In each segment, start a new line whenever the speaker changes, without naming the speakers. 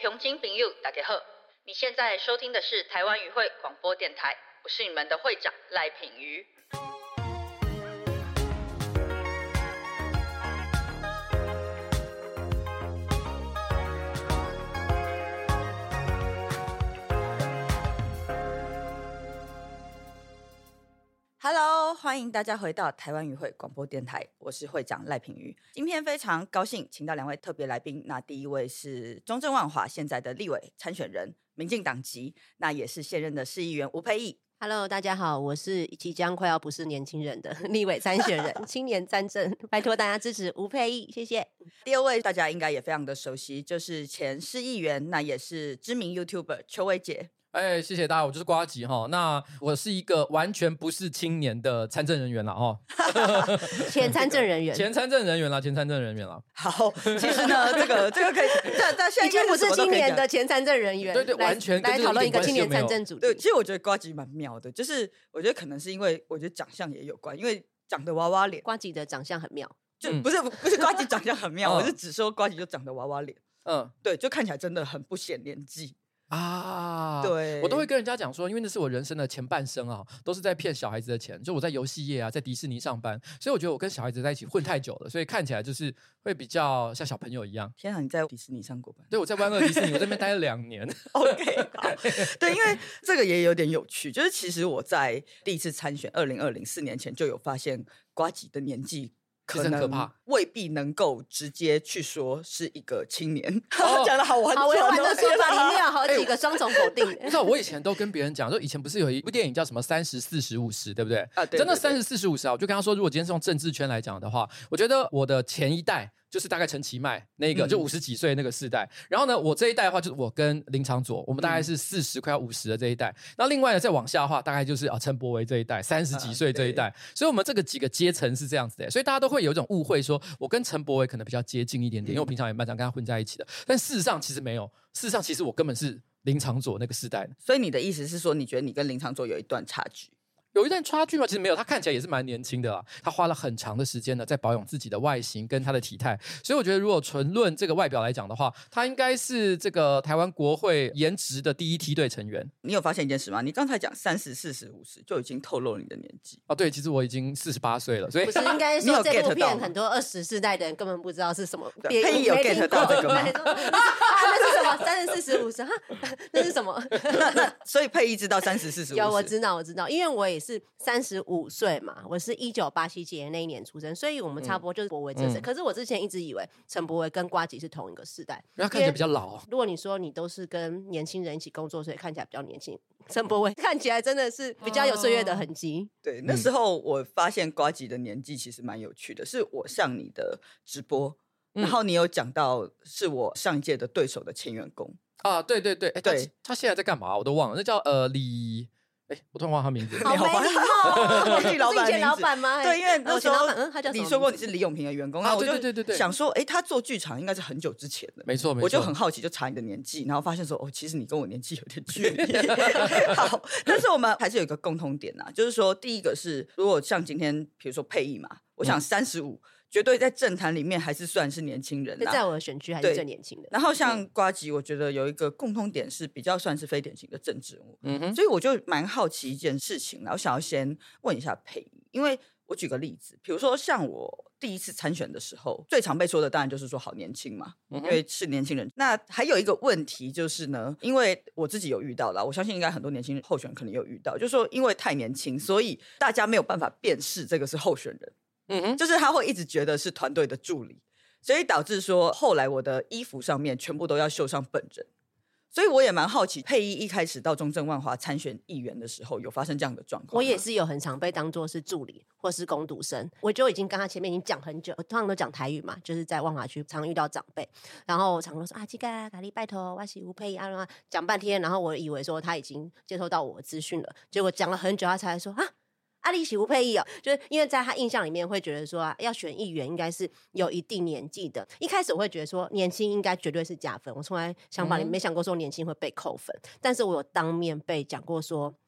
乡亲朋友大家好，你现在收听的是台湾语会广播电台，我是你们的会长赖品妤。Hello， 欢迎大家回到台湾语会广播电台，我是会长赖品妤。今天非常高兴请到2位特别来宾，那第一位是中正万华现在的立委参选人，民进党籍，那也是现任的市议员吴沛憶。
Hello， 大家好，我是即将快要不是年轻人的立委参选人，青年参政，拜托大家支持吴沛憶，谢谢。
第二位大家应该也非常的熟悉，就是前市议员，那也是知名 YouTuber 邱威杰。
谢谢大家，我就是呱吉哈。那我是一个完全不是青年的参政人员啦哈，
前参政人员，
前参政人员啦。
好，其实呢，这个可以，但现在
已经不是青年的前参政人员，
对，完全
来讨论一个青年参政主题。
对，其实我觉得呱吉蛮妙的，就是我觉得可能是因为我觉得长相也有关，因为长得娃娃脸，
呱吉的长相很妙，
就不是呱吉长相很妙，我是只说呱吉就长得娃娃脸，对，就看起来真的很不显年纪。对，
我都会跟人家讲说，因为那是我人生的前半生啊，都是在骗小孩子的钱。就我在游戏业啊，在迪士尼上班，所以我觉得我跟小孩子在一起混太久了，所以看起来就是会比较像小朋友一样。
天啊，你在迪士尼上过班？
对，我在湾乐迪士尼，我在那边待了2年。
OK， 好，对，因为这个也有点有趣，就是其实我在第一次参选2020 4年前就有发现呱吉的年纪。可能未必能够直接去说是一个青年，讲得好完整，
好委婉的说法，里面有好几个双重否定。
你知道我以前都跟别人讲，说以前不是有一部电影叫什么30、40、50，对不对？
对，
真的30、40、50啊，我就跟他说，如果今天是用政治圈来讲的话，我觉得我的前一代就是大概陈其迈那个，就50几岁那个世代。然后呢，我这一代的话，就是我跟林长佐，我们大概是40快要50的这一代。那另外呢，再往下的话，大概就是陈柏惟这一代，30几岁这一代。所以我们这个几个阶层是这样子的，所以大家都会有一种误会，说我跟陈柏惟可能比较接近一点点，因为我平常也蛮常跟他混在一起的。但事实上其实没有，事实上其实我根本是林长佐那个世代的。
所以你的意思是说，你觉得你跟林长佐有一段差距？
有一段差距吗？其实没有，他看起来也是蛮年轻的啦。他花了很长的时间呢，在保养自己的外形跟他的体态。所以我觉得，如果纯论这个外表来讲的话，他应该是这个台湾国会颜值的第一梯队成员。
你有发现一件事吗？你刚才讲30、40、50，就已经透露了你的年纪。
对，其实我已经48岁了，所以
不是应该说这部片很多20世代的人根本不知道是什么？
沛憶有 get 到这个吗？
那是什么？30、40、50哈？那是什么？
那所以沛憶知道30、40、50。
有，我知道，因为我也是35岁嘛，我是1987年那一年出生，所以我们差不多就是柏惟这世代。可是我之前一直以为陈柏惟跟呱吉是同一个世代，
因为他看起来比较老。
如果你说你都是跟年轻人一起工作，所以看起来比较年轻，陈柏惟看起来真的是比较有岁月的痕迹。
对，那时候我发现呱吉的年纪其实蛮有趣的，是我上你的直播，然后你有讲到是我上一届的对手的前员工
啊，对，他现在在干嘛？我都忘了，那叫李。我突然忘了他名字，
好没礼貌，
忘记老板的名字。
是以前老板吗？
对，因为那时候
他叫什么？
你说过你是李永平的员工，然后我
就
想说，他做剧场应该是很久之前的，
没错，
我就很好奇，就查你的年纪，然后发现说，其实你跟我年纪有点距离。好，但是我们还是有一个共同点啊，就是说，第一个是，如果像今天，比如说沛憶嘛，我想35。绝对在政坛里面还是算是年轻人啦，
在我的选区还是最年轻的。
然后像呱吉，我觉得有一个共通点是比较算是非典型的政治人物，所以我就蛮好奇一件事情，然后想要先问一下沛憶，因为我举个例子，比如说像我第一次参选的时候，最常被说的当然就是说好年轻嘛，因为是年轻人。那还有一个问题就是呢，因为我自己有遇到啦，我相信应该很多年轻候选人可能有遇到，就是说因为太年轻，所以大家没有办法辨识这个是候选人。就是他会一直觉得是团队的助理，所以导致说后来我的衣服上面全部都要绣上本人。所以我也蛮好奇，沛憶一开始到中正万华参选议员的时候，有发生这样的状况吗？
我也是有很常被当作是助理或是工读生，我就已经跟他前面已经讲很久，通常都讲台语嘛，就是在万华区常遇到长辈，然后常常说这个咖喱拜托我是吴沛憶讲半天，然后我以为说他已经接收到我的资讯了，结果讲了很久他才说你是吴沛憶就是因为在他印象里面会觉得说要选议员应该是有一定年纪的。一开始我会觉得说年轻应该绝对是加分，我从来想法里没想过说年轻会被扣分，但是我有当面被讲过说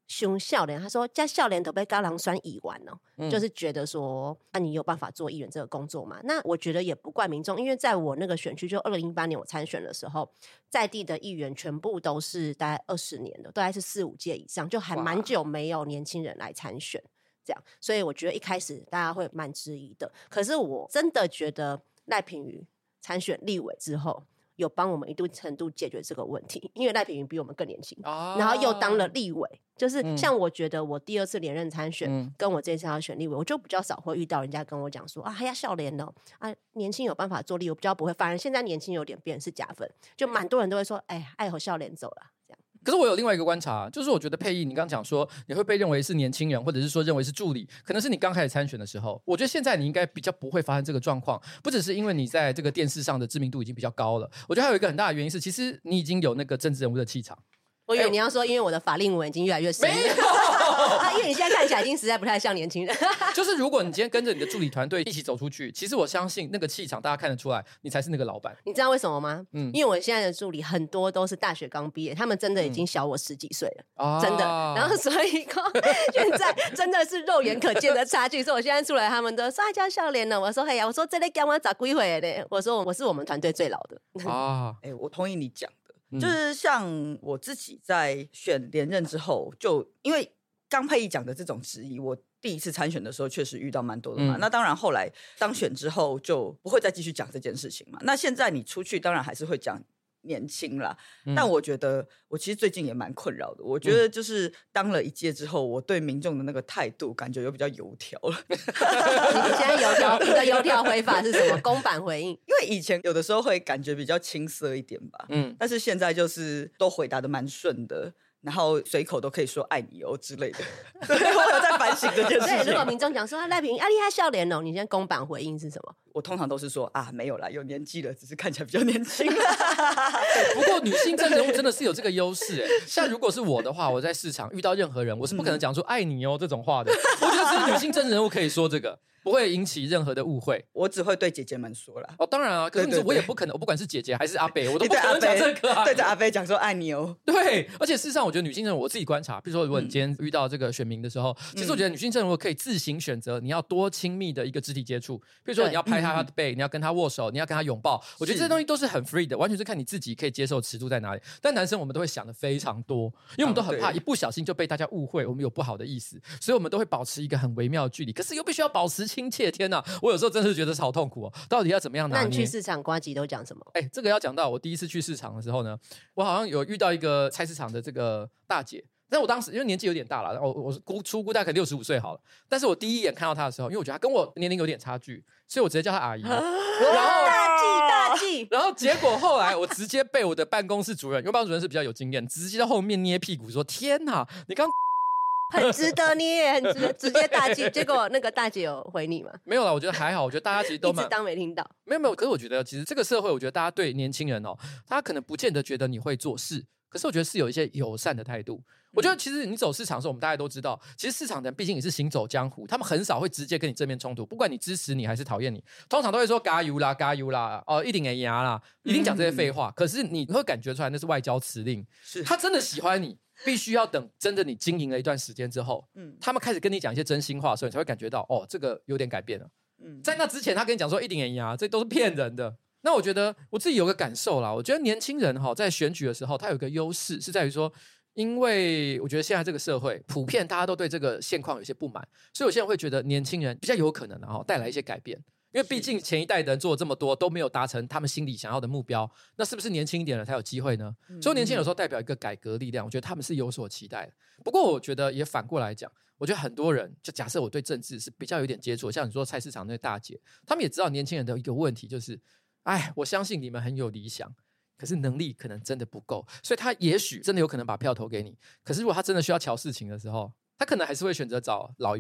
熊笑脸，他说加笑脸都被高郎酸已完哦，就是觉得说你有办法做议员这个工作嘛？那我觉得也不怪民众，因为在我那个选区，就2008年我参选的时候，在地的议员全部都是大概20年的，大概是4、5届以上，就还蛮久没有年轻人来参选，这样，所以我觉得一开始大家会蛮质疑的。可是我真的觉得赖品妤参选立委之后，有帮我们一定程度解决这个问题，因为赖品妤比我们更年轻，然后又当了立委，就是像我觉得我第2次连任参选，跟我这次要选立委，我就比较少会遇到人家跟我讲说还要笑脸哦，年轻有办法做立委，我比较不会，反而现在年轻有点变是加分，就蛮多人都会说爱和笑脸走了这样。
可是我有另外一个观察，就是我觉得佩仪你刚刚讲说你会被认为是年轻人，或者是说认为是助理，可能是你刚开始参选的时候。我觉得现在你应该比较不会发生这个状况，不只是因为你在这个电视上的知名度已经比较高了，我觉得还有一个很大的原因是，其实你已经有那个政治人物的气场。
我以为你要说，因为我的法令纹已经越来越深，没有因为你现在看起来已经实在不太像年轻人。
就是如果你今天跟着你的助理团队一起走出去，其实我相信那个气场大家看得出来，你才是那个老板。
你知道为什么吗？因为我现在的助理很多都是大学刚毕业，他们真的已经小我10几岁了，真的。然后所以现在真的是肉眼可见的差距。所以我现在出来，他们都说叫笑脸了。我说嘿呀，我说这类干我咋几回的？我说我是我们团队最老的。
我同意你讲。就是像我自己在选连任之后，就因为刚佩仪讲的这种质疑，我第1次参选的时候确实遇到蛮多的嘛。那当然后来当选之后就不会再继续讲这件事情嘛。那现在你出去当然还是会讲年轻啦，但我觉得我其实最近也蛮困扰的。我觉得就是当了1届之后，我对民众的那个态度感觉有比较油条了。
你现在你的油条回法是什么？公版回应？
因为以前有的时候会感觉比较青涩一点吧，但是现在就是都回答的蛮顺的。然后随口都可以说爱你哦之类的。对，我有在反省这件事情。
如果民众讲说赖品妤你还笑脸哦，你现在公版回应是什么？
我通常都是说没有啦，有年纪了，只是看起来比较年轻。
不过女性政治人物真的是有这个优势像如果是我的话，我在市场遇到任何人，我是不可能讲出爱你哦这种话的。我觉得只有女性政治人物可以说这个。不会引起任何的误会，
我只会对姐姐们说啦。
当然啊，可是我也不可能，我不管是姐姐还是阿伯，我都不可能讲这个
对着阿伯讲说爱你哦。
对，而且事实上，我觉得女性政治人物我自己观察，比如说如果你今天遇到这个选民的时候，其实我觉得女性政治人物可以自行选择你要多亲密的一个肢体接触，比如说你要拍他的背，你要跟他握手，你要跟他拥抱，我觉得这些东西都是很 free 的，完全是看你自己可以接受尺度在哪里。但男生我们都会想的非常多，因为我们都很怕一不小心就被大家误会我们有不好的意思，所以我们都会保持一个很微妙的距离，可是又必须要保持亲切。天哪，我有时候真的是觉得好痛苦到底要怎么样拿捏？
那你去市场呱吉都讲什么？
这个要讲到我第1次去市场的时候呢，我好像有遇到一个菜市场的这个大姐，但我当时因为年纪有点大了，我初估大概65岁好了，但是我第一眼看到她的时候，因为我觉得她跟我年龄有点差距，所以我直接叫她阿姨。然后
大忌，
然后结果后来我直接被我的办公室主任，因为办公室主任是比较有经验，直接在后面捏屁股说：“天哪，你刚。”
很值得捏，很值得，直接大忌。结果那个大姐有回你吗？
没有啦，我觉得还好。我觉得大家其实都
一直当没听到。
没有，可是我觉得其实这个社会，我觉得大家对年轻人他可能不见得觉得你会做事，可是我觉得是有一些友善的态度。我觉得其实你走市场的时候，我们大家都知道，其实市场人毕竟也是行走江湖，他们很少会直接跟你正面冲突，不管你支持你还是讨厌你，通常都会说加油啦，加油啦，一定会赢啦，一定讲这些废话。可是你会感觉出来那是外交辞令，他真的喜欢你。必须要等真的你经营了一段时间之后，他们开始跟你讲一些真心话的时候，你才会感觉到这个有点改变了。在那之前他跟你讲说一定赢啊，这都是骗人的。那我觉得我自己有个感受啦，我觉得年轻人在选举的时候，他有一个优势是在于说，因为我觉得现在这个社会普遍大家都对这个现况有些不满，所以有些人会觉得年轻人比较有可能带来一些改变。因为毕竟前一代的人做了这么多都没有达成他们心里想要的目标，那是不是年轻一点的才有机会呢？所以年轻人有时候代表一个改革力量，我觉得他们是有所期待的。不过我觉得也反过来讲，我觉得很多人就假设我对政治是比较有点接触，像你说菜市场那些大姐，他们也知道年轻人的一个问题就是，我相信你们很有理想，可是能力可能真的不够，所以他也许真的有可能把票投给你，可是如果他真的需要瞧事情的时候，他可能还是会选择找老一辈的。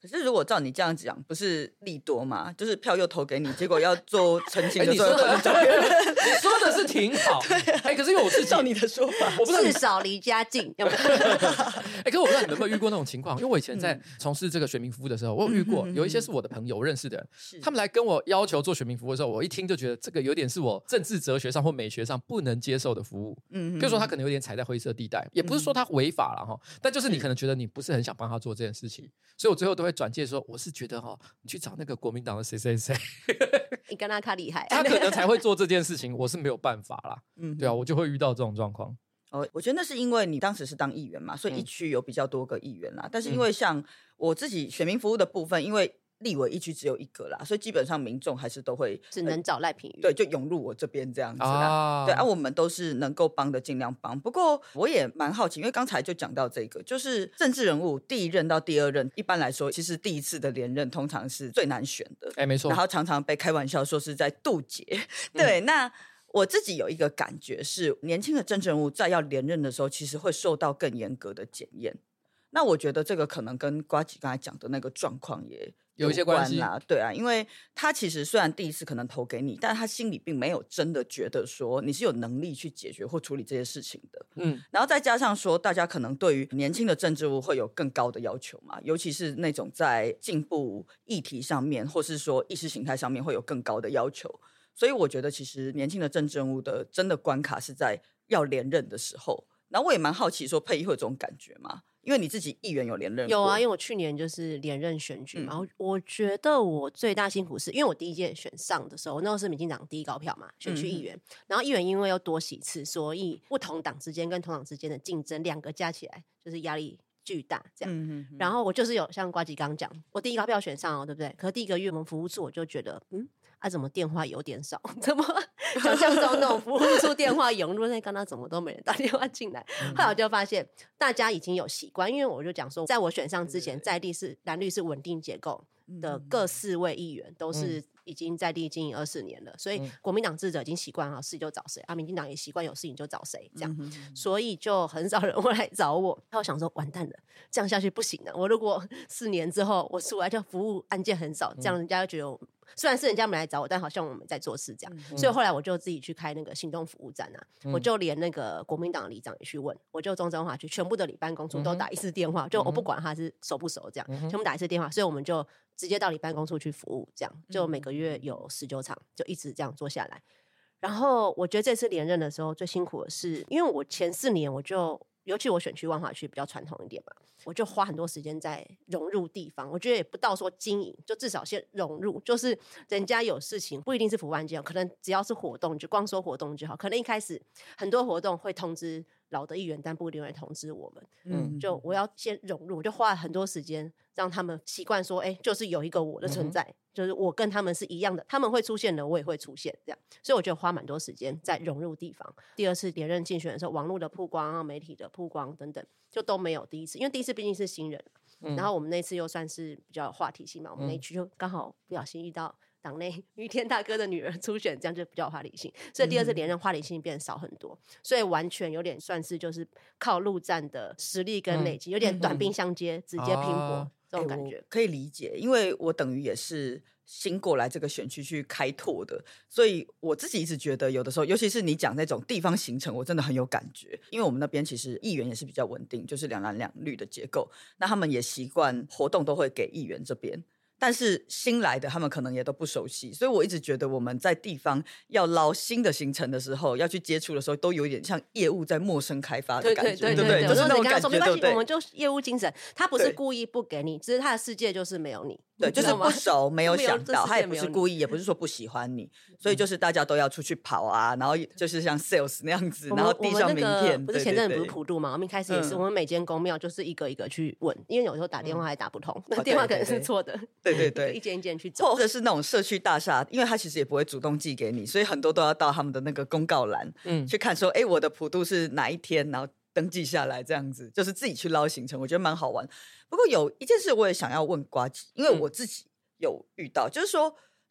可是如果照你这样讲，不是利多吗？就是票又投给你，结果要做澄清的时候，
你说的是挺好。可是因为我自己
照你的说法，
我不至少离家近。
可是我不知道你们有没有遇过那种情况，因为我以前在从事这个选民服务的时候，我有遇过有一些是我的朋友，我认识的人，他们来跟我要求做选民服务的时候，我一听就觉得这个有点是我政治哲学上或美学上不能接受的服务。比如说他可能有点踩在灰色地带，也不是说他违法了哈，但就是你可能觉得你不是很想帮他做这件事情，所以我最后都会转介说，我是觉得你去找那个国民党的谁谁谁，
你跟他厉害，
他可能才会做这件事情，我是没有办法啦。对啊，我就会遇到这种状况。
我觉得那是因为你当时是当议员嘛，所以一区有比较多个议员啦。但是因为像我自己选民服务的部分，因为立委一区只有一个啦，所以基本上民众还是都会
只能找赖品妤，
对，就涌入我这边这样子啦。对啊，我们都是能够帮的尽量帮。不过我也蛮好奇，因为刚才就讲到这个，就是政治人物第一任到第二任，一般来说，其实第一次的连任通常是最难选的。
没错。
然后常常被开玩笑说是在渡劫。对，那我自己有一个感觉是，年轻的政治人物在要连任的时候，其实会受到更严格的检验。那我觉得这个可能跟呱吉刚才讲的那个状况也
有一些关系
啦。对啊，因为他其实虽然第一次可能投给你，但他心里并没有真的觉得说你是有能力去解决或处理这些事情的。然后再加上说，大家可能对于年轻的政治人物会有更高的要求嘛，尤其是那种在进步议题上面，或是说意识形态上面会有更高的要求。所以我觉得其实年轻的政治人物的真的关卡是在要连任的时候。然后我也蛮好奇说，佩仪会有这种感觉吗？因为你自己议员有连任过。
有啊，因为我去年就是连任选举嘛，我觉得我最大辛苦是因为我第一届选上的时候，那时候是民进党第一高票嘛，选区议员，然后议员因为要多席次，所以不同党之间跟同党之间的竞争，两个加起来就是压力巨大这样。然后我就是有像呱吉刚讲，我第一高票选上对不对？可是第一个月我们服务处我就觉得怎么电话有点少？怎么想象中那种服务处电话涌入，那刚刚怎么都没人打电话进来？后来我就发现大家已经有习惯，因为我就讲说，在我选上之前，在地是蓝绿是稳定结构的各4位议员都是已经在地经营24年了，所以国民党智者已经习惯事情就找谁民进党也习惯有事情就找谁这样，所以就很少人会来找我。然后我想说，完蛋了，这样下去不行了。我如果4年之后我出来就服务案件很少，这样人家就觉得虽然是人家没来找我，但好像我们在做事这样。所以后来我就自己去开那个行动服务站我就连那个国民党的里长也去问，我就中正化区全部的里办公处都打一次电话，就我不管他是熟不熟这样，全部打一次电话，所以我们就直接到里办公处去服务，这样就每个月有19场，就一直这样做下来。然后我觉得这次连任的时候最辛苦的是，因为我前4年尤其我选区万华区比较传统一点嘛，我就花很多时间在融入地方。我觉得也不到说经营，就至少先融入，就是人家有事情不一定是服务案件，可能只要是活动，就光说活动就好。可能一开始很多活动会通知老的议员，但不一定会通知我们。就我要先融入，我就花了很多时间让他们习惯说，就是有一个我的存在，就是我跟他们是一样的，他们会出现的，我也会出现，这样。所以我觉得花蛮多时间在融入地方。第二次连任竞选的时候，网络的曝光、媒体的曝光等等，就都没有第一次，因为第一次毕竟是新人，然后我们那次又算是比较有话题性嘛，我们那一区就刚好不小心遇到党内于天大哥的女儿初选，这样就比较有话题性，所以第二次连任话题性变少很多，所以完全有点算是就是靠陆战的实力跟累积，有点短兵相接，直接拼搏这种感觉。
可以理解，因为我等于也是新过来这个选区去开拓的，所以我自己一直觉得有的时候，尤其是你讲那种地方行程，我真的很有感觉。因为我们那边其实议员也是比较稳定，就是2蓝2绿的结构，那他们也习惯活动都会给议员这边，但是新来的他们可能也都不熟悉，所以我一直觉得我们在地方要捞新的行程的时候，要去接触的时候，都有点像业务在陌生开发的感觉，对不对？就是那种感觉，对不对？
我们就业务精神，他不是故意不给你，只是他的世界就是没有你。
对，就是不熟，没有想到，他也不是故意，也不是说不喜欢你，所以就是大家都要出去跑啊，然后就是像 sales 那样子，然后递上名片。
不是前阵子不是普渡嘛？我们一开始也是，我们每间公庙就是一个一个去问，因为有时候打电话还打不通，那电话可能是错的。
对对对，
一间一间去走，
或者是那种社区大厦，因为他其实也不会主动寄给你，所以很多都要到他们的那个公告栏，去看说，我的普渡是哪一天，然后登记下来，这样子就是自己去捞行程，我觉得蛮好玩。不过有一件事我也想要问呱吉，因为我自己有遇到，就是说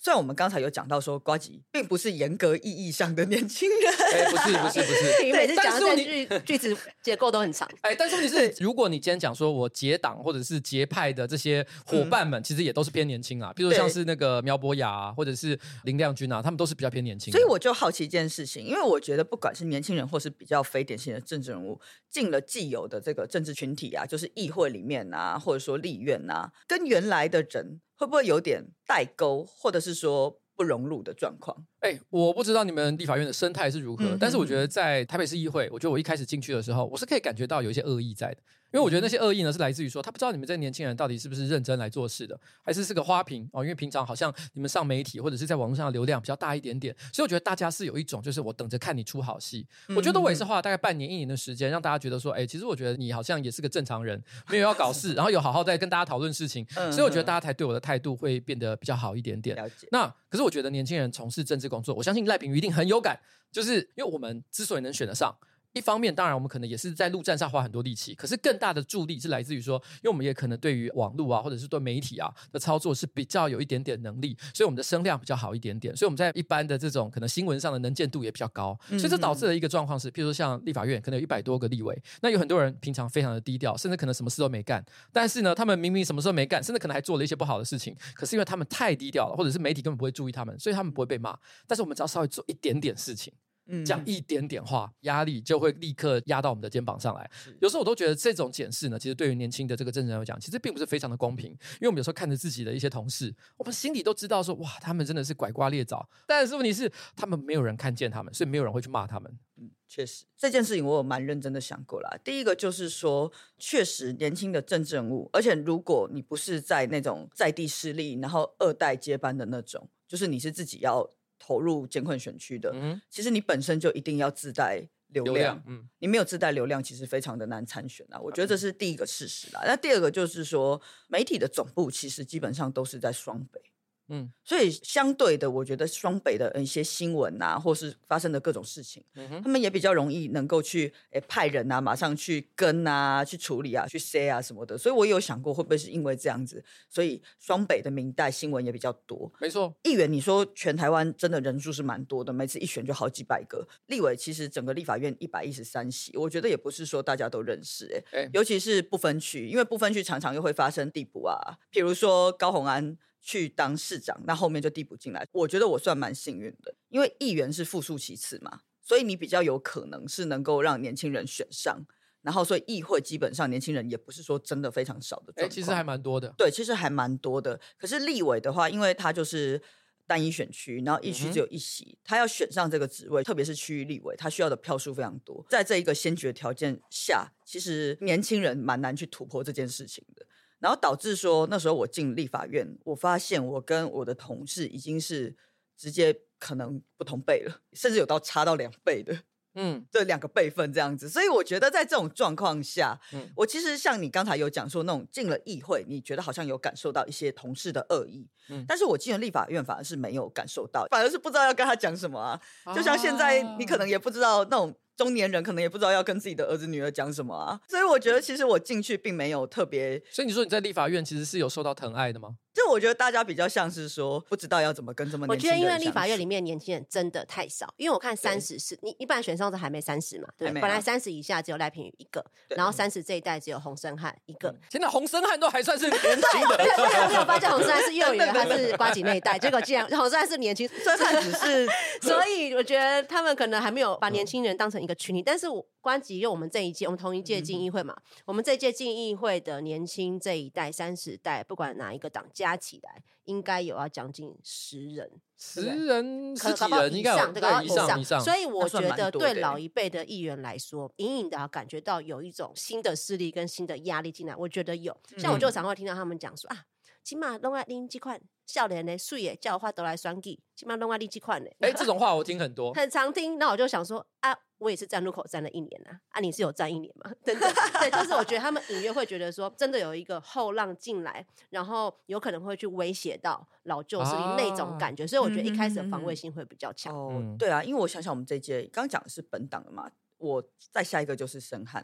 虽然我们刚才有讲到说呱吉并不是严格意义上的年轻人，
不是，
你每次讲的句子结构都很长。
但是问题是，如果你今天讲说我结党或者是结派的这些伙伴们，其实也都是偏年轻啊，比如像是那个苗博雅啊，或者是林亮君啊，他们都是比较偏年轻的。
所以我就好奇一件事情，因为我觉得不管是年轻人或是比较非典型的政治人物，进了既有的这个政治群体啊，就是议会里面啊，或者说立院啊，跟原来的人会不会有点代沟，或者是说不融入的状况？
我不知道你们立法院的生态是如何，但是我觉得在台北市议会，我觉得我一开始进去的时候，我是可以感觉到有一些恶意在的。因为我觉得那些恶意呢，是来自于说他不知道你们这年轻人到底是不是认真来做事的，还是个花瓶哦。因为平常好像你们上媒体或者是在网络上的流量比较大一点点，所以我觉得大家是有一种就是我等着看你出好戏。我觉得我也是花了大概半年1年的时间，让大家觉得说，其实我觉得你好像也是个正常人，没有要搞事，然后有好好在跟大家讨论事情，所以我觉得大家才对我的态度会变得比较好一点点。
了解。
那可是我觉得年轻人从事政治工作，我相信赖品妤一定很有感，就是因为我们之所以能选得上。一方面，当然我们可能也是在陆战上花很多力气，可是更大的助力是来自于说，因为我们也可能对于网络啊，或者是对媒体啊的操作是比较有一点点能力，所以我们的声量比较好一点点，所以我们在一般的这种可能新闻上的能见度也比较高，所以这导致了一个状况是，譬如说像立法院可能有100多个立委，那有很多人平常非常的低调，甚至可能什么事都没干，但是呢，他们明明什么事都没干，甚至可能还做了一些不好的事情，可是因为他们太低调了，或者是媒体根本不会注意他们，所以他们不会被骂，但是我们只要稍微做一点点事情。讲一点点话，压力就会立刻压到我们的肩膀上来。有时候我都觉得这种检视呢，其实对于年轻的这个政治人来讲，其实并不是非常的公平。因为我们有时候看着自己的一些同事，我们心里都知道说，哇，他们真的是拐瓜裂枣。但是问题是，他们没有人看见他们，所以没有人会去骂他们。
确实，这件事情我有蛮认真的想过啦。第一个就是说，确实年轻的政治人物，而且如果你不是在那种在地势力，然后2代接班的那种，就是你是自己要投入艰困选区的，其实你本身就一定要自带流量，你没有自带流量，其实非常的难参选啊。我觉得这是第一个事实啦。那第二个就是说，媒体的总部其实基本上都是在双北。所以相对的，我觉得双北的一些新闻啊，或是发生的各种事情，他们也比较容易能够去派人啊，马上去跟啊，去处理啊，去 say 啊什么的。所以我有想过，会不会是因为这样子，所以双北的民代新闻也比较多。
没错，
议员你说全台湾真的人数是蛮多的，每次一选就好几百个。立委其实整个立法院113席，我觉得也不是说大家都认识尤其是不分区，因为不分区常常又会发生递补啊，比如说高虹安去当市长，那后面就递补进来。我觉得我算蛮幸运的，因为议员是复数其次嘛，所以你比较有可能是能够让年轻人选上，然后所以议会基本上年轻人也不是说真的非常少的状况。
其实还蛮多的。
对，其实还蛮多的。可是立委的话，因为他就是单一选区，然后一区只有1席，他要选上这个职位，特别是区域立委，他需要的票数非常多。在这一个先决条件下，其实年轻人蛮难去突破这件事情的。然后导致说那时候我进立法院，我发现我跟我的同事已经是直接可能不同辈了，甚至有到差到2倍的，这2个辈分这样子。所以我觉得在这种状况下，我其实像你刚才有讲说那种进了议会，你觉得好像有感受到一些同事的恶意，但是我进了立法院反而是没有感受到，反而是不知道要跟他讲什么啊。就像现在你可能也不知道那种中年人可能也不知道要跟自己的儿子女儿讲什么啊，所以我觉得其实我进去并没有特别。
所以你说你在立法院其实是有受到疼爱的吗？
就我觉得大家比较像是说不知道要怎么跟这么年轻人相处。
我觉得因为立法院里面年轻人真的太少，因为我看30是你本来选上的还没30嘛，对，本来30以下只有赖品妤1个，然后30这一代只有洪申翰1个。
现在洪申翰都还算是年轻的，
对，我没有发现洪申翰是幼儿园，他是呱吉那一代，结果竟然洪申翰是年轻，
申翰只是，
所以我觉得他们可能还没有把年轻人当成一个群体，但是呱吉因为我们这一届，我们同一届进议会嘛，我们这一届进议会的年轻这一代30代，不管哪一个党加起来，应该有要将近10人
，10人10几人应该有以上，
所以我觉得对老一辈的议员来说，隐隐的感觉到有一种新的势力跟新的压力进来，我觉得有。像我就常会听到他们讲说啊，起码拢爱拎这款少年的水的，叫我话都来选举，起码拢爱拎这款的。
这种话我听很多，
很常听。那我就想说啊，我也是站路口站了1年啊，你是有站1年吗？真的，对，就是我觉得他们隐约会觉得说，真的有一个后浪进来，然后有可能会去威胁到老旧势力那种感觉，所以我觉得一开始的防卫性会比较强。
对啊，因为我想想我们这一届刚讲的是本党的嘛，我再下一个就是申翰。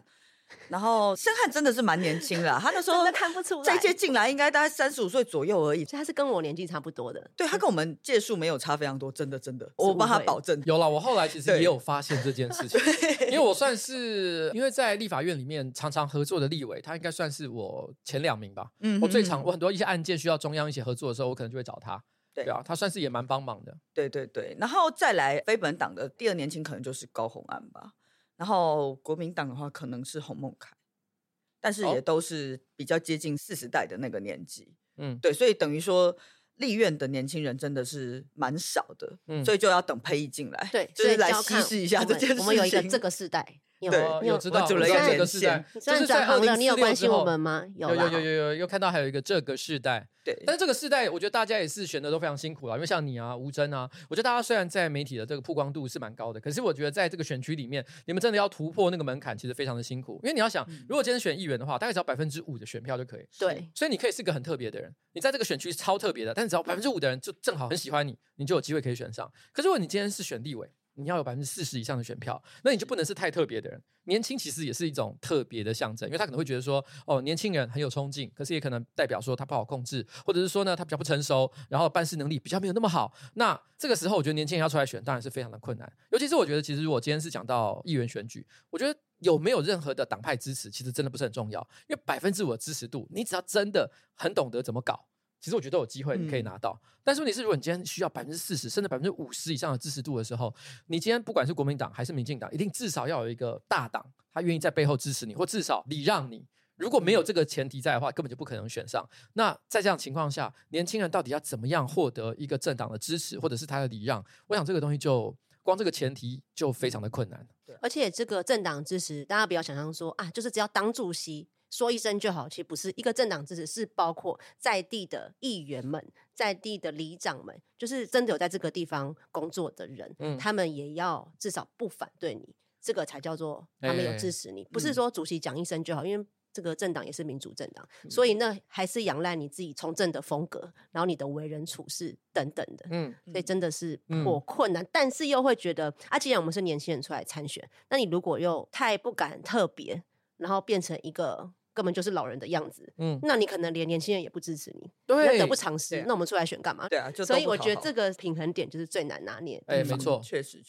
然后申翰真的是蛮年轻啦，他那时候
真的看不出来，
这一届进来应该大概35岁左右而已，
所以他是跟我年纪差不多的。
对，他跟我们届数没有差非常多，真的，我帮他保证。
有了，我后来其实也有发现这件事情，因为我算是因为在立法院里面常常合作的立委，他应该算是我前2名吧。我很多一些案件需要中央一起合作的时候，我可能就会找他。对啊，他算是也蛮帮忙的。
对，然后再来非本党的第2年轻可能就是高虹安吧，然后国民党的话可能是洪孟凯，但是也都是比较接近40代的那个年纪。对，所以等于说立院的年轻人真的是蛮少的，所以就要等佩仪进来，
对，
就是来稀释一下这件事情。
我们有一个这个世代。
有知道
主了一个
这个世代，
虽然转行了，你有关心我们吗？
有看到还有一个这个世代，
对。
但是这个世代，我觉得大家也是选的都非常辛苦了，因为像你啊、吴峥啊，我觉得大家虽然在媒体的这个曝光度是蛮高的，可是我觉得在这个选区里面，你们真的要突破那个门槛，其实非常的辛苦。因为你要想，如果今天选议员的话，大概只要5%的选票就可以。
对，
所以你可以是个很特别的人，你在这个选区超特别的，但是只要5%的人就正好很喜欢你，你就有机会可以选上。可是如果你今天是选立委，你要有40%以上的选票，那你就不能是太特别的人。年轻其实也是一种特别的象征，因为他可能会觉得说，哦，年轻人很有冲劲，可是也可能代表说他不好控制，或者是说呢，他比较不成熟，然后办事能力比较没有那么好。那这个时候，我觉得年轻人要出来选，当然是非常的困难。尤其是我觉得，其实如果今天是讲到议员选举，我觉得有没有任何的党派支持，其实真的不是很重要，因为5%的支持度，你只要真的很懂得怎么搞。其实我觉得都有机会你可以拿到，但是问题是，如果你今天需要40%甚至50%以上的支持度的时候，你今天不管是国民党还是民进党，一定至少要有一个大党，他愿意在背后支持你，或至少礼让你。如果没有这个前提在的话，根本就不可能选上。那在这样的情况下，年轻人到底要怎么样获得一个政党的支持，或者是他的礼让？我想这个东西就光这个前提就非常的困难。
而且这个政党支持，大家不要想象说啊，就是只要当主席说一声就好，其实不是。一个政党支持是包括在地的议员们、在地的里长们，就是真的有在这个地方工作的人，他们也要至少不反对你，这个才叫做他们有支持你。不是说主席讲一声就好，因为这个政党也是民主政党，所以呢还是仰赖你自己从政的风格，然后你的为人处事等等的。所以真的是颇困难，但是又会觉得啊，既然我们是年轻人出来参选，那你如果又太不敢特别，然后变成一个根本就是老人的样子，那你可能连年轻人也不支持你，
对，
得不偿失。那我们出来选干嘛？
对啊，
所以我觉得这个平衡点就是最难拿捏的。
没错，
确实。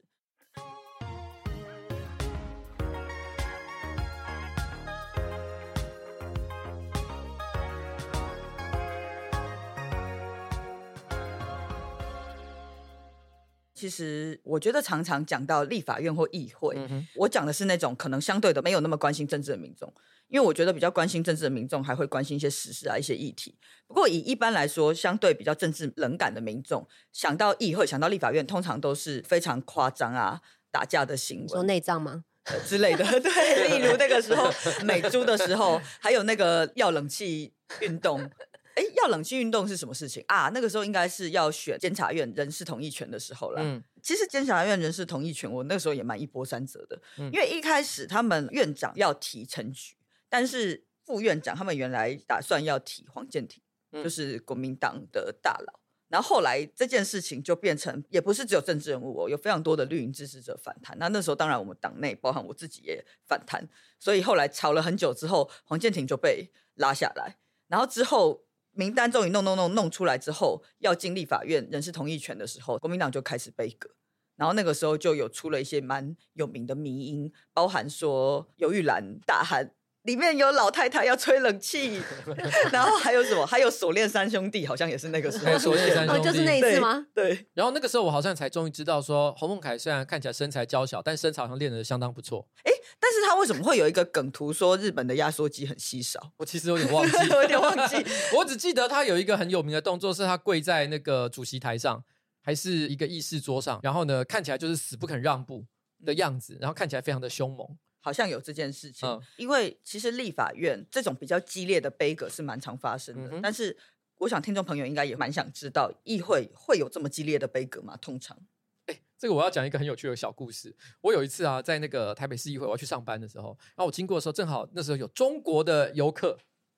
其实我觉得常常讲到立法院或议会，我讲的是那种可能相对的没有那么关心政治的民众，因为我觉得比较关心政治的民众还会关心一些时事啊、一些议题。不过以一般来说，相对比较政治冷感的民众，想到议会、想到立法院，通常都是非常夸张啊、打架的行为，
说内脏吗？
之类的，对，例如那个时候美猪的时候，还有那个要冷气运动。要冷气运动是什么事情啊？那个时候应该是要选监察院人事同意权的时候啦。其实监察院人事同意权，我那个时候也蛮一波三折的。因为一开始他们院长要提陈菊，但是副院长他们原来打算要提黄健庭，就是国民党的大佬。然后后来这件事情就变成，也不是只有政治人物有非常多的绿营支持者反弹。那时候当然我们党内包含我自己也反弹，所以后来吵了很久之后，黄健庭就被拉下来，然后之后。名单终于弄出来之后，要进立法院人事同意权的时候，国民党就开始背阁，然后那个时候就有出了一些蛮有名的迷因，包含说游玉兰大喊里面有老太太要吹冷气，然后还有什么？还有锁链三兄弟，好像也是那个时候。
锁链三兄弟，
就是那一次吗？
对。
然后那个时候我好像才终于知道说，洪孟凯虽然看起来身材娇小，但身材好像练得相当不错。
但是他为什么会有一个梗图说日本的压缩机很稀少？
我其实有点忘记，我只记得他有一个很有名的动作，是他跪在那个主席台上，还是一个议事桌上，然后呢看起来就是死不肯让步的样子，然后看起来非常的凶猛。
好像有这件事情，因为其实立法院这种比较激烈的杯葛是蛮常发生的，但是我想听众朋友应该也蛮想知道，议会会有这么激烈的杯葛吗？通常？
这个我要讲一个很有趣的小故事。我有一次在那个台北市议会我要去上班的时候，然后我经过的时候，正好那时候有中国的游客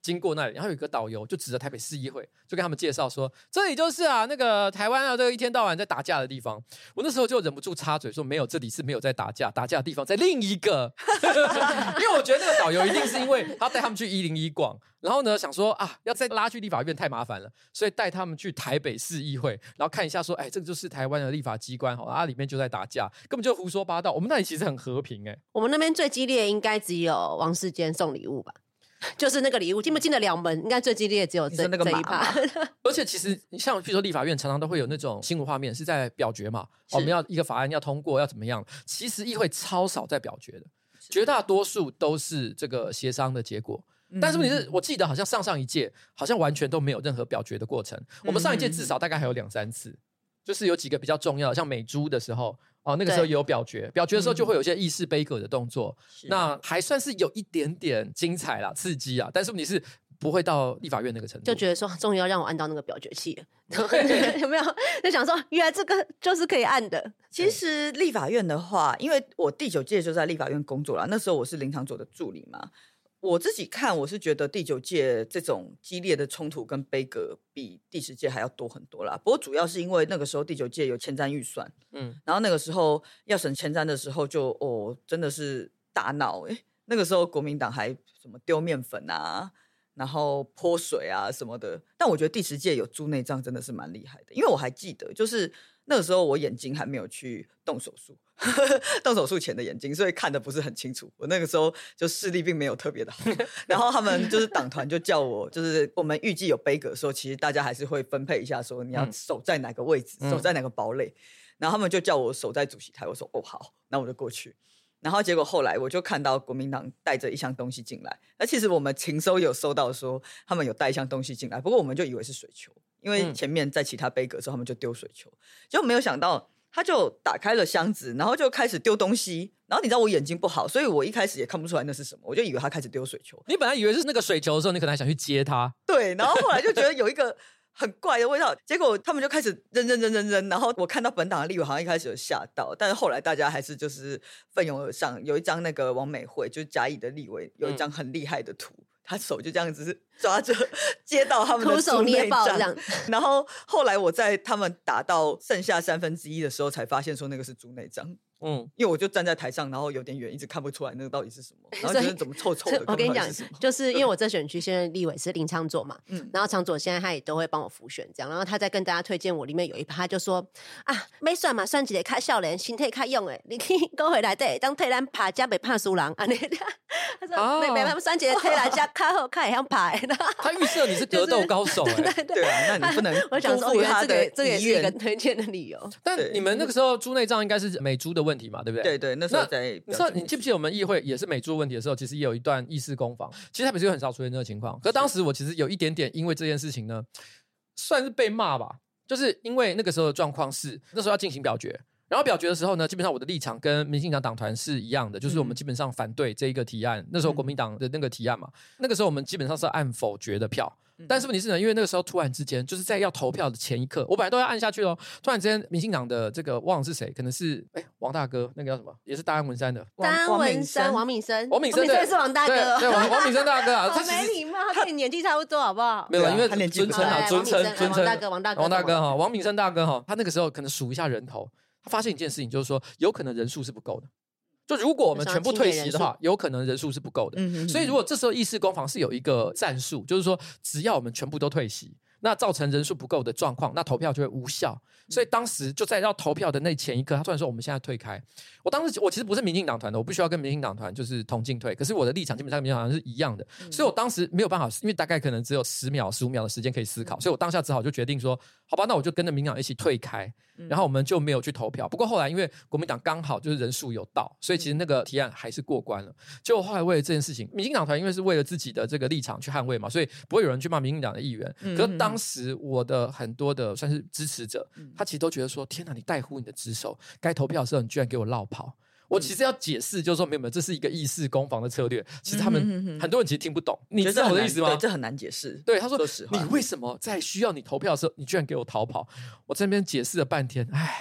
经过那里，然后有一个导游就指着台北市议会，就跟他们介绍说，这里就是那个台湾这个一天到晚在打架的地方。我那时候就忍不住插嘴说，没有，这里是没有在打架，打架的地方在另一个。因为我觉得那个导游一定是因为他带他们去101逛，然后呢想说要再拉去立法院太麻烦了，所以带他们去台北市议会，然后看一下说，这个就是台湾的立法机关，里面就在打架，根本就胡说八道。我们那里其实很和平
我们那边最激烈应该只有王世坚送礼物吧。就是那个礼物进不进得了门，应该最激烈只有这一趴。
而且其实像比如说立法院常常都会有那种新闻画面是在表决嘛，我们要一个法案要通过要怎么样，其实议会超少在表决的，绝大多数都是这个协商的结果。但是问题是我记得好像上一届好像完全都没有任何表决的过程，我们上一届至少大概还有2-3次，就是有几个比较重要的，像美猪的时候那个时候也有表决的时候就会有一些议事杯葛的动作，那还算是有一点点精彩啦，刺激啊，但是问题是不会到立法院那个程度，
就觉得说终于要让我按到那个表决器了。有没有就想说原来这个就是可以按的。
其实立法院的话，因为我第9届就在立法院工作啦，那时候我是林长佐的助理嘛，我自己看我是觉得第9届这种激烈的冲突跟杯葛比第10届还要多很多啦。不过主要是因为那个时候第9届有前瞻预算，然后那个时候要审前瞻的时候就真的是大闹那个时候国民党还什么丢面粉啊，然后泼水啊什么的。但我觉得第10届有猪内脏真的是蛮厉害的，因为我还记得就是那个时候我眼睛还没有去动手术动手术前的眼睛，所以看得不是很清楚，我那个时候就视力并没有特别的好。然后他们就是党团就叫我，就是我们预计有杯葛的时候，其实大家还是会分配一下说你要守在哪个位置，守在哪个堡垒，然后他们就叫我守在主席台，我说好，那我就过去。然后结果后来我就看到国民党带着一箱东西进来，那其实我们情收有收到说他们有带一箱东西进来，不过我们就以为是水球，因为前面在其他杯葛的时候他们就丢水球，结果没有想到他就打开了箱子，然后就开始丢东西。然后你知道我眼睛不好，所以我一开始也看不出来那是什么，我就以为他开始丢水球。
你本来以为是那个水球的时候，你可能还想去接他，
对，然后后来就觉得有一个很怪的味道，结果他们就开始扔，然后我看到本党的立委好像一开始有吓到，但是后来大家还是就是奋勇而上。有一张那个王美惠就是嘉义的立委有一张很厉害的图，他手就这样子抓着接到他们的
徒手捏爆这样。
然后后来我在他们打到剩下1/3的时候才发现说那个是猪内脏。因为我就站在台上，然后有点远，一直看不出来那个到底是什么，然后觉得怎么臭臭的。
我跟你讲，就是因为我这选区现在立委是林昌佐嘛，然后昌佐现在他也都会帮我辅选这样，然后他在跟大家推荐我里面有一趴，他就说没算嘛，算一个较少年，身体较勇诶，你去讲回来对，当替咱拍才袂怕输人，安尼。他说没算一个替咱家较好，较会晓拍。
他预设你是格斗高手
对啊，那你不能
我想说，原来这个也是一个推荐的理由。
但你们那个时候猪内脏应该是美猪的问题嘛，对不对？
对，那时候在。
你记不记得我们议会也是美猪问题的时候，其实也有一段议事攻防。其实台北市很少出现这个情况，可当时我其实有一点点因为这件事情呢，算是被骂吧。就是因为那个时候的状况是，那时候要进行表决，然后表决的时候呢，基本上我的立场跟民进党党团是一样的，就是我们基本上反对这一个提案。那时候国民党的那个提案嘛，那个时候我们基本上是按否决的票。但是问题是呢，因为那个时候突然之间，就是在要投票的前一刻，我本来都要按下去咯，突然之间民进党的这个忘了是谁，可能是王大哥，那个叫什么，也是大安文山的
大安文山王敏生是王大哥，
对王敏生大哥啊，
他没礼貌，他跟你年纪差不多好不好？
没有，因为尊称啊，尊称
王大
哥哈，王敏生大哥哈，他那个时候可能数一下人头，他发现一件事情，就是说有可能人数是不够的。就如果我们全部退席的话，有可能人数是不够的。所以如果这时候议事攻防是有一个战术，就是说只要我们全部都退席，那造成人数不够的状况，那投票就会无效。所以当时就在要投票的那前一刻，他突然说我们现在退开。我其实不是民进党团的，我不需要跟民进党团就是同进退，可是我的立场基本上跟民进党团是一样的。所以我当时没有办法，因为大概可能只有10秒15秒的时间可以思考，所以我当下只好就决定说好吧，那我就跟着民进党一起退开，然后我们就没有去投票。不过后来因为国民党刚好就是人数有到，所以其实那个提案还是过关了。结果后来为了这件事情，民进党团因为是为了自己的这个立场去捍卫嘛，所以不会有人去骂民进党的议员。可是当时我的很多的算是支持者，他其实都觉得说天哪，你怠忽你的职守，该投票的时候你居然给我落跑。我其实要解释就是说没有，这是一个议事攻防的策略，其实他们很多人其实听不懂，你知道我的意思吗？
对，这很难解释。
对，他说你为什么在需要你投票的时候你居然给我逃跑？我这边解释了半天，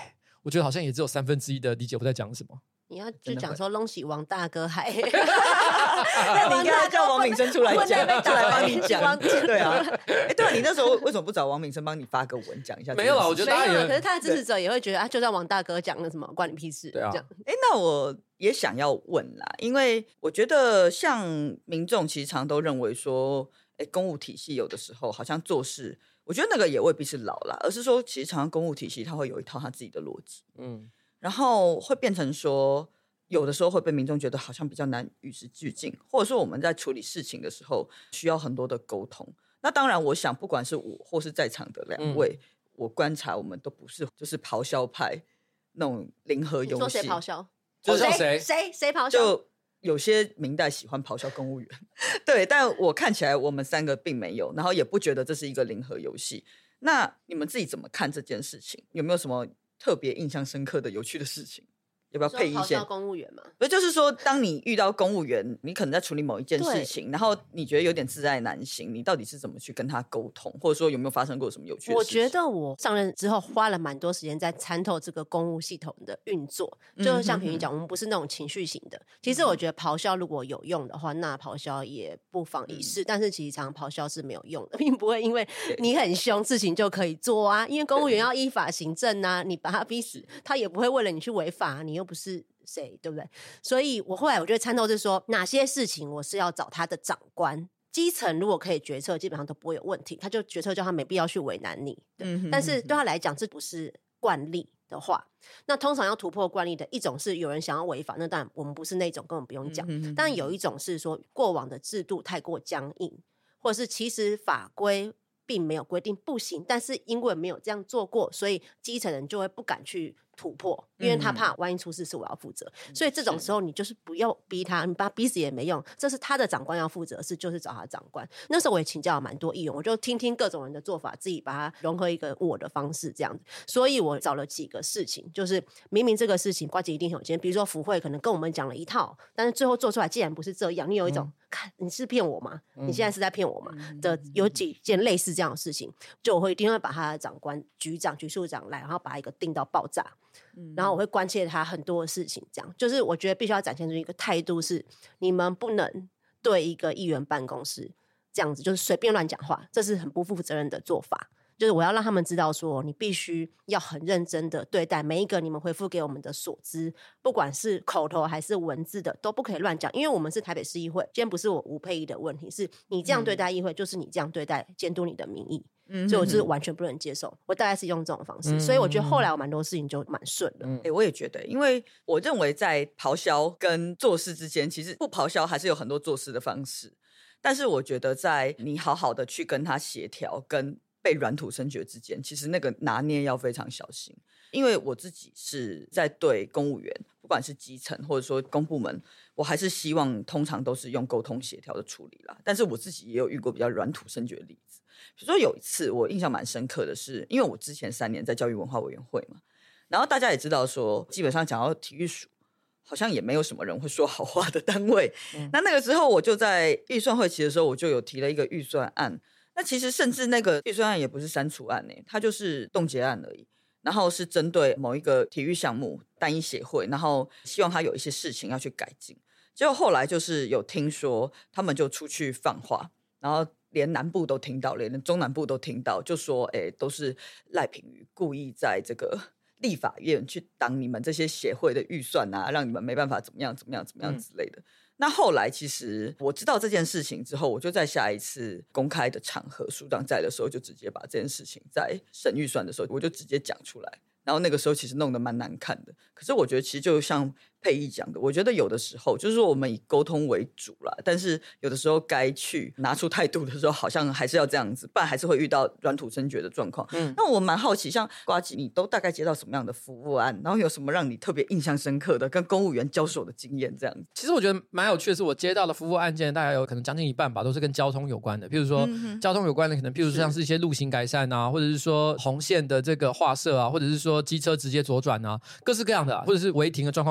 我觉得好像也只有1/3的理解我在讲什么。
你要就讲说隆喜王大哥还，
那你应该叫王敏生出来讲，就来帮你讲。对啊，对啊，你那时候为什么不找王敏生帮你发个文讲一下？
没有啊，我觉得大家也，
可是他的支持者也会觉得啊，就算王大哥讲了什么，关你屁事。
对啊，
这样。
那我也想要问啦，因为我觉得像民众其实常都认为说，公务体系有的时候好像做事，我觉得那个也未必是老啦，而是说其实常常公务体系它会有一套它自己的逻辑，然后会变成说，有的时候会被民众觉得好像比较难与时俱进，或者说我们在处理事情的时候需要很多的沟通。那当然，我想不管是我或是在场的两位，我观察我们都不是就是咆哮派那种零和游戏。
你说谁咆哮？
咆哮谁
咆哮？
就有些明代喜欢咆哮公务员，对，但我看起来我们3个并没有，然后也不觉得这是一个零和游戏。那你们自己怎么看这件事情？有没有什么特别印象深刻的有趣的事情？要不要配一些
公务员嘛？
不就是说，当你遇到公务员，你可能在处理某一件事情，然后你觉得有点自爱难行，你到底是怎么去跟他沟通，或者说有没有发生过什么有趣的事情？
我觉得我上任之后花了蛮多时间在参透这个公务系统的运作。就像平云讲，我们不是那种情绪型的。其实我觉得咆哮如果有用的话，那咆哮也不妨一试。但是其实常常咆哮是没有用的，并不会因为你很凶，事情就可以做啊。因为公务员要依法行政啊，你把他逼死，他也不会为了你去违法，你又不是谁，对不对？所以我后来我就参透是说，哪些事情我是要找他的长官，基层如果可以决策，基本上都不会有问题，他就决策叫他没必要去为难你。但是对他来讲，这不是惯例的话，那通常要突破惯例的一种是有人想要违法，那当然我们不是那种，根本不用讲。但有一种是说过往的制度太过僵硬，或者是其实法规并没有规定不行，但是因为没有这样做过，所以基层人就会不敢去突破，因为他怕万一出事是我要负责。所以这种时候你就是不要逼他，你把他逼死也没用，这是他的长官要负责的事，就是找他长官。那时候我也请教了蛮多议员，我就听听各种人的做法，自己把它融合一个我的方式这样子。所以我找了几个事情，就是明明这个事情瓜姐一定有见，比如说福会可能跟我们讲了一套，但是最后做出来既然不是这样，你有一种看你是骗我吗？你现在是在骗我吗？的有几件类似这样的事情，就我会一定会把他的长官、局长、局处长来，然后把一个定到爆炸。然后我会关切他很多的事情，这样就是我觉得必须要展现出一个态度是，你们不能对一个议员办公室这样子就是随便乱讲话，这是很不负责任的做法。就是我要让他们知道说，你必须要很认真的对待每一个你们回复给我们的所知，不管是口头还是文字的，都不可以乱讲。因为我们是台北市议会，今天不是我吴佩仪的问题，是你这样对待议会，就是你这样对待监督你的民意。所以我就是完全不能接受，我大概是用这种方式。所以我觉得后来我蛮多事情就蛮顺的。
我也觉得，因为我认为在咆哮跟做事之间，其实不咆哮还是有很多做事的方式。但是我觉得在你好好的去跟他协调跟被软土生绝之间，其实那个拿捏要非常小心。因为我自己是在对公务员，不管是基层或者说公部门，我还是希望通常都是用沟通协调的处理啦。但是我自己也有遇过比较软土生绝的例子。比如说有一次我印象蛮深刻的是，因为我之前3年在教育文化委员会嘛，然后大家也知道说，基本上讲到体育署，好像也没有什么人会说好话的单位。那个时候我就在预算会期的时候，我就有提了一个预算案。那其实甚至那个预算案也不是删除案它就是冻结案而已。然后是针对某一个体育项目单一协会，然后希望他有一些事情要去改进。结果后来就是有听说他们就出去放话，然后连南部都听到，连中南部都听到，就说都是赖品妤故意在这个立法院去挡你们这些协会的预算啊，让你们没办法怎么样怎么样怎么样之类的。那后来其实我知道这件事情之后，我就在下一次公开的场合，署长在的时候就直接把这件事情在审预算的时候我就直接讲出来。然后那个时候其实弄得蛮难看的，可是我觉得其实就像佩仪讲的，我觉得有的时候就是说我们以沟通为主啦，但是有的时候该去拿出态度的时候，好像还是要这样子，不然还是会遇到软土生绝的状况。那我蛮好奇，像呱吉你都大概接到什么样的服务案，然后有什么让你特别印象深刻的跟公务员交手的经验这样子？
其实我觉得蛮有趣的是，我接到的服务案件大概有可能将近一半吧，都是跟交通有关的。譬如说交通有关的，可能譬如说像是一些路型改善啊，或者是说红线的这个划设啊，或者是说机车直接左转啊，各式各样的或者是违停的状况特别严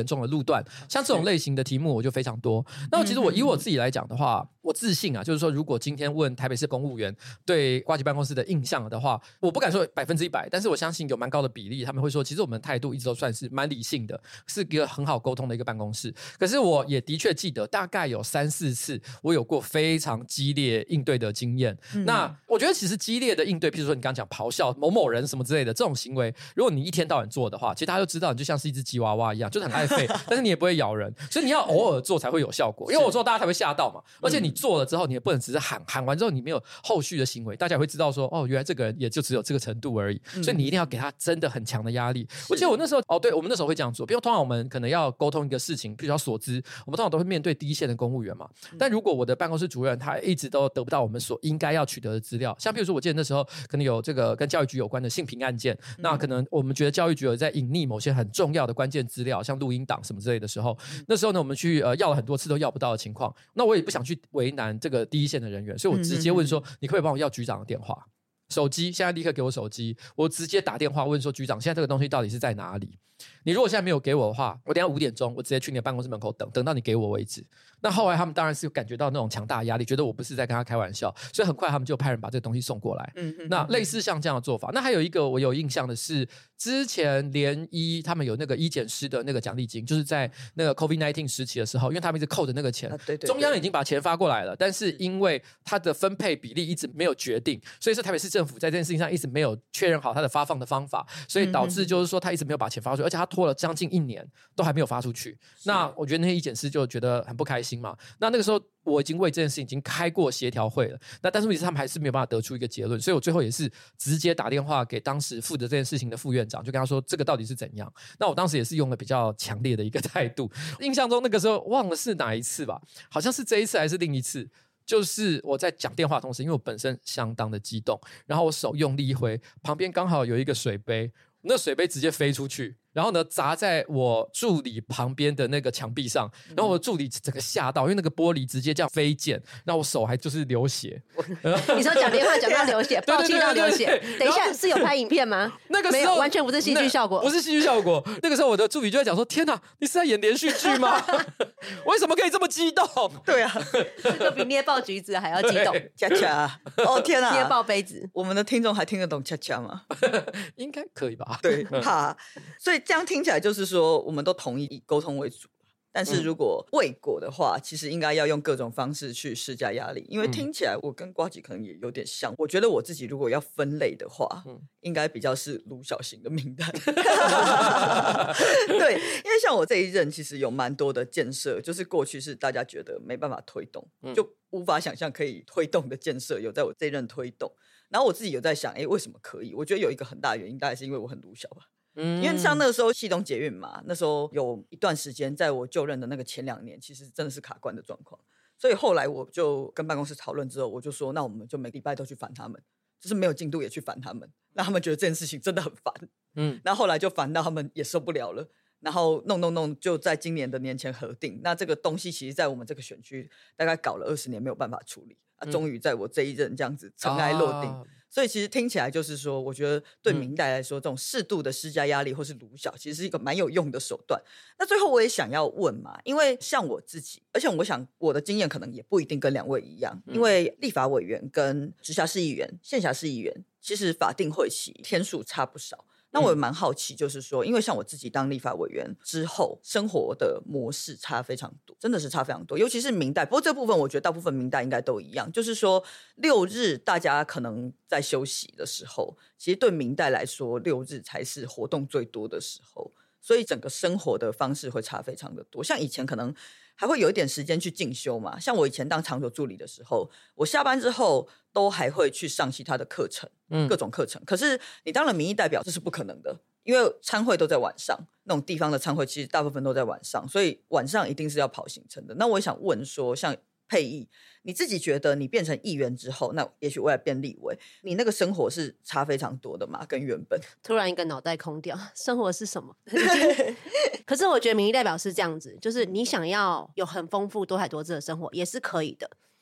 重的路段，像这种类型的题目我就非常多。那其实我以我自己来讲的话，我自信啊，就是说如果今天问台北市公务员对呱吉办公室的印象的话，我不敢说100%，但是我相信有蛮高的比例他们会说其实我们态度一直都算是蛮理性的，是一个很好沟通的一个办公室。可是我也的确记得大概有3-4次我有过非常激烈应对的经验。那我觉得其实激烈的应对，譬如说你刚刚讲咆哮某某人什么之类的这种行为，如果你一天到晚做的话，其实大家就知道你就像是一只吉娃娃一样，就是很爱吠但是你也不会咬人，所以你要偶尔做才会有效果，因为我做大家才会吓到嘛。而且你做了之后你也不能只是喊完之后你没有后续的行为，大家也会知道说哦，原来这个人也就只有这个程度而已，所以你一定要给他真的很强的压力。我记得我那时候对，我们那时候会这样做，比如通常我们可能要沟通一个事情比较所知，我们通常都会面对第一线的公务员嘛。但如果我的办公室主任他一直都得不到我们所应该要取得的资料，像比如说我记得那时候可能有这个跟教育局有关的性平案件，那可能我们觉得教育局有在隐匿某些很重要的关键资料，像录音档什么之类的时候，那时候呢我们去要了很多次都要不到的情况，那我也不想去为难这个第一线的人员，所以我直接问说你可不可以帮我要局长的电话，手机现在立刻给我手机，我直接打电话问说局长现在这个东西到底是在哪里，你如果现在没有给我的话，我等一下5点钟我直接去你的办公室门口等到你给我为止。那后来他们当然是感觉到那种强大的压力，觉得我不是在跟他开玩笑，所以很快他们就派人把这个东西送过来。那类似像这样的做法。那还有一个我有印象的是，之前联医他们有那个医检师的那个奖励金，就是在那个 COVID-19 时期的时候，因为他们一直扣着那个钱，
对，
中央已经把钱发过来了，但是因为它的分配比例一直没有决定，所以是台北市政府在这件事情上一直没有确认好它的发放的方法，所以导致就是说他一直没有把钱发出去，而且他拖了将近1年都还没有发出去。那我觉得那些医检师就觉得很不开心嘛。那个时候我已经为这件事情已经开过协调会了，那但是问题是他们还是没有办法得出一个结论，所以我最后也是直接打电话给当时负责这件事情的副院长，就跟他说这个到底是怎样。那我当时也是用了比较强烈的一个态度，印象中那个时候忘了是哪一次吧，好像是这一次还是另一次，就是我在讲电话的同时，因为我本身相当的激动，然后我手用力一挥，旁边刚好有一个水杯，那水杯直接飞出去，然后呢砸在我助理旁边的那个墙壁上，然后我助理整个吓到，因为那个玻璃直接这样飞溅，然后我手还就是流血。
你说讲电话讲到流血，爆气到流血，等一下是有拍影片吗？
那个时候
没有，完全不是戏剧效果，
不是戏剧效果。那个时候我的助理就在讲说：“天哪，你是在演连续剧吗？为什么可以这么激动？”
对啊，
这个比捏爆橘子还要激动。
恰恰，哦天哪，
捏爆杯子，
我们的听众还听得懂恰恰吗？
应该可以吧？
对，怕。所以这样听起来就是说，我们都同意以沟通为主。但是如果未果的话，其实应该要用各种方式去施加压力，因为听起来我跟呱吉可能也有点像。我觉得我自己如果要分类的话，应该比较是卢小型的名单。对，因为像我这一任其实有蛮多的建设，就是过去是大家觉得没办法推动，就无法想象可以推动的建设，有在我这一任推动。然后我自己有在想，为什么可以？我觉得有一个很大的原因，大概是因为我很卢小吧。因为像那个时候系统捷运嘛，那时候有一段时间在我就任的那个前2年，其实真的是卡关的状况，所以后来我就跟办公室讨论之后，我就说那我们就每个礼拜都去烦他们，就是没有进度也去烦他们，让他们觉得这件事情真的很烦。然后后来就烦到他们也受不了了，然后弄就在今年的年前核定。那这个东西其实在我们这个选区大概搞了20年没有办法处理，终于在我这一任这样子尘埃落定。所以其实听起来就是说，我觉得对民代来说，这种适度的施加压力或是鲁小，其实是一个蛮有用的手段。那最后我也想要问嘛，因为像我自己，而且我想我的经验可能也不一定跟2位一样，因为立法委员跟直辖市议员、县辖市议员，其实法定会期天数差不少。那我也蛮好奇，就是说，因为像我自己当立法委员之后，生活的模式差非常多，真的是差非常多，尤其是民代。不过这部分我觉得大部分民代应该都一样，就是说6日大家可能在休息的时候，其实对民代来说6日才是活动最多的时候，所以整个生活的方式会差非常的多。像以前可能还会有一点时间去进修嘛，像我以前当场所助理的时候，我下班之后都还会去上其他的课程，各种课程。可是你当了民意代表，这是不可能的，因为参会都在晚上，那种地方的参会其实大部分都在晚上，所以晚上一定是要跑行程的。那我也想问说，像佩议，你自己觉得你变成议员之后，那也许未来变立委，你那个生活是差非常多的嘛？跟原本
突然一个脑袋空掉，生活是什么？可是我觉得民意代表是这样子，就是你想要有很丰富多彩多姿的生活也是可以的。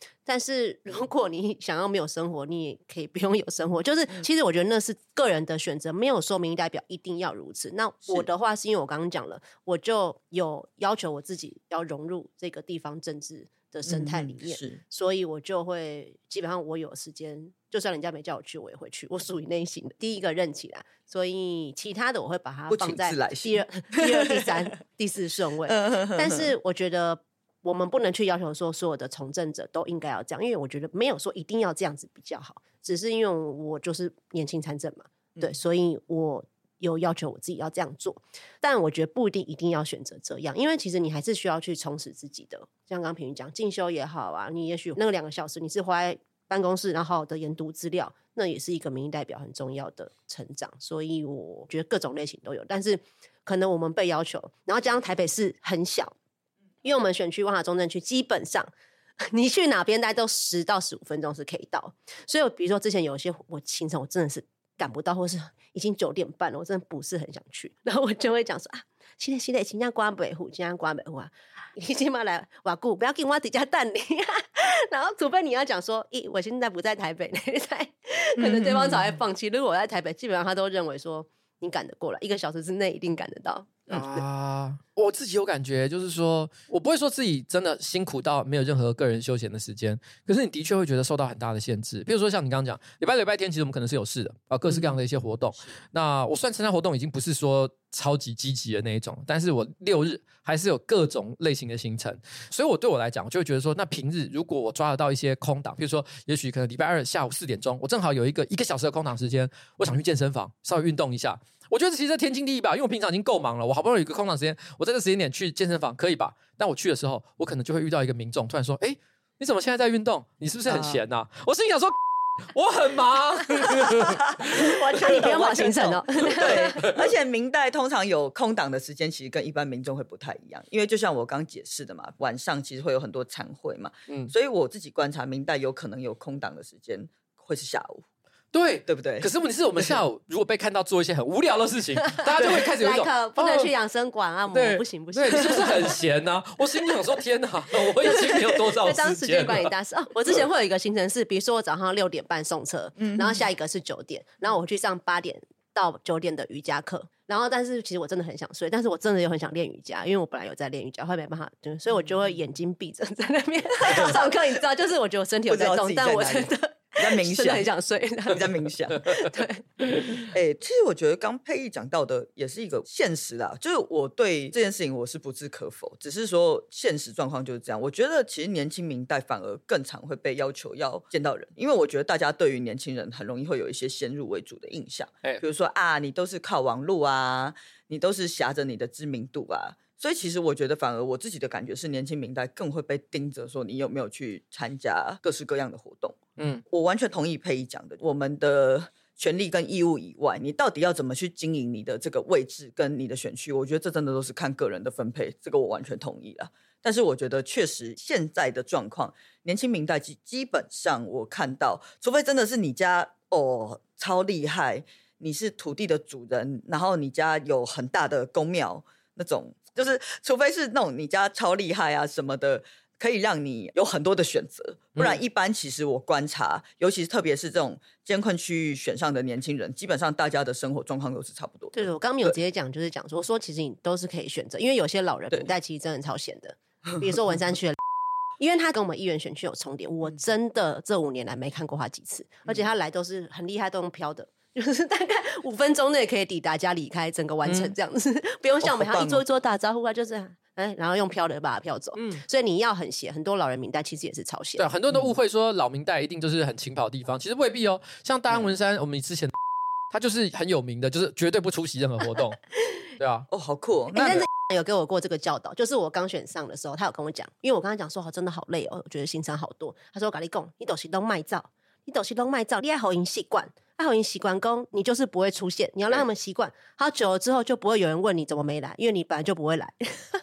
但是如果你想要没有生活，你也可以不用有生活。就是其实我觉得那是个人的选择，没有说民意代表一定要如此。那我的话是因为我刚刚讲了，我就有要求我自己要融入这个地方政治的生态里面，所以我就会基本上我有时间，就算人家没叫我去，我也会去。我属于内型的第一个任期啦，所以其他的我会把它放在第二、第三、第四顺位。但是我觉得我们不能去要求说所有的从政者都应该要这样，因为我觉得没有说一定要这样子比较好，只是因为我就是年轻参政嘛，对，所以我有要求我自己要这样做，但我觉得不一定要选择这样，因为其实你还是需要去充实自己的，像刚刚平云讲进修也好啊，你也许那个2个小时你是花在办公室然后好好的研读资料，那也是一个民意代表很重要的成长，所以我觉得各种类型都有，但是可能我们被要求，然后加上台北市很小，因为我们选区万华中正区基本上你去哪边大概都10到15分钟是可以到，所以比如说之前有一些我行程我真的是赶不到，或是已经9点半了，我真的不是很想去，然后我就会讲说啊，现在请假关北户，今天关北户啊，你起码来瓦固，不要给我底下蛋你然后除非你要讲说，我现在不在台北，可能对方才会放弃。如果我在台北，基本上他都认为说你赶得过来，1个小时之内一定赶得到。
我自己有感觉，就是说我不会说自己真的辛苦到没有任何个人休闲的时间，可是你的确会觉得受到很大的限制。比如说像你刚刚讲，礼拜天其实我们可能是有事的各式各样的一些活动。那我算参加活动已经不是说超级积极的那一种，但是我6日还是有各种类型的行程，所以对我来讲，我就会觉得说，那平日如果我抓得到一些空档，比如说也许可能礼拜2下午4点钟，我正好有1个小时的空档时间，我想去健身房稍微运动一下。我觉得其实天经地义吧，因为我平常已经够忙了，我好不容易有一个空档时间，我在这时间点去健身房可以吧？但我去的时候，我可能就会遇到一个民众突然说：“你怎么现在在运动？你是不是很闲啊？”我心里想说：“我很忙。”
完全你不用跑行程哦。
对，而且民代通常有空档的时间，其实跟一般民众会不太一样，因为就像我刚解释的嘛，晚上其实会有很多餐会嘛，所以我自己观察民代有可能有空档的时间会是下午。对不对？
可是问题是我们下午如果被看到做一些很无聊的事情，大家就会开始有一种
不能去养生馆按摩，不行。
对，你是不是很闲啊？我心里想说，天哪，我已经没有多少时间了。
当时间管理大师我之前会有一个行程是，比如说我早上6点半送车，然后下一个是9点，然后我去上8点到9点的瑜伽课。然后，但是其实我真的很想睡，但是我真的又很想练瑜伽，因为我本来有在练瑜伽，后来没办法，所以我就会眼睛闭着在那边上课。你知道，就是我觉得我身体有在动，但我真的
比较冥想，
真的很想睡，
比较冥想。对，其实我觉得刚佩仪讲到的也是一个现实啦，就是我对这件事情我是不置可否，只是说现实状况就是这样。我觉得其实年轻民代反而更常会被要求要见到人，因为我觉得大家对于年轻人很容易会有一些先入为主的印象，比如说你都是靠网络啊，你都是挟着你的知名度啊。所以其实我觉得反而我自己的感觉是年轻民代更会被盯着说你有没有去参加各式各样的活动。我完全同意佩仪讲的，我们的权利跟义务以外，你到底要怎么去经营你的这个位置跟你的选区，我觉得这真的都是看个人的分配，这个我完全同意啦。但是我觉得确实现在的状况，年轻民代基本上我看到，除非真的是你家超厉害，你是土地的主人，然后你家有很大的公庙那种，就是除非是那种你家超厉害啊什么的，可以让你有很多的选择，不然一般其实我观察，尤其是特别是这种艰困区域选上的年轻人，基本上大家的生活状况都是差不多的。
对，我刚刚没有直接讲，就是讲说其实你都是可以选择，因为有些老人民代其实真的超闲的，比如说文山区的因为他跟我们议员选区有重叠，我真的这5年来没看过他几次，而且他来都是很厉害，都用飘的，就是大概5分钟内可以抵达家离开，整个完成这样子，不用像我们还要一桌一桌打招呼啊，就是然后用飘的把他飘走。所以你要很闲，很多老人民代其实也是超闲。
对，很多人都误会说老民代一定就是很勤跑的地方，其实未必哦。像大安文山，我们之前他就是很有名的，就是绝对不出席任何活动。对啊，
好酷哦。
但是有给我过这个教导，就是我刚选上的时候，他有跟我讲，因为我跟他讲说真的好累哦，我觉得行程好多。他说我跟你讲，你都是都卖照，你要给他习惯，他给他习惯讲，你就是不会出现，你要让他们习惯。好久了之后就不会有人问你怎么没来，因为你本来就不会来。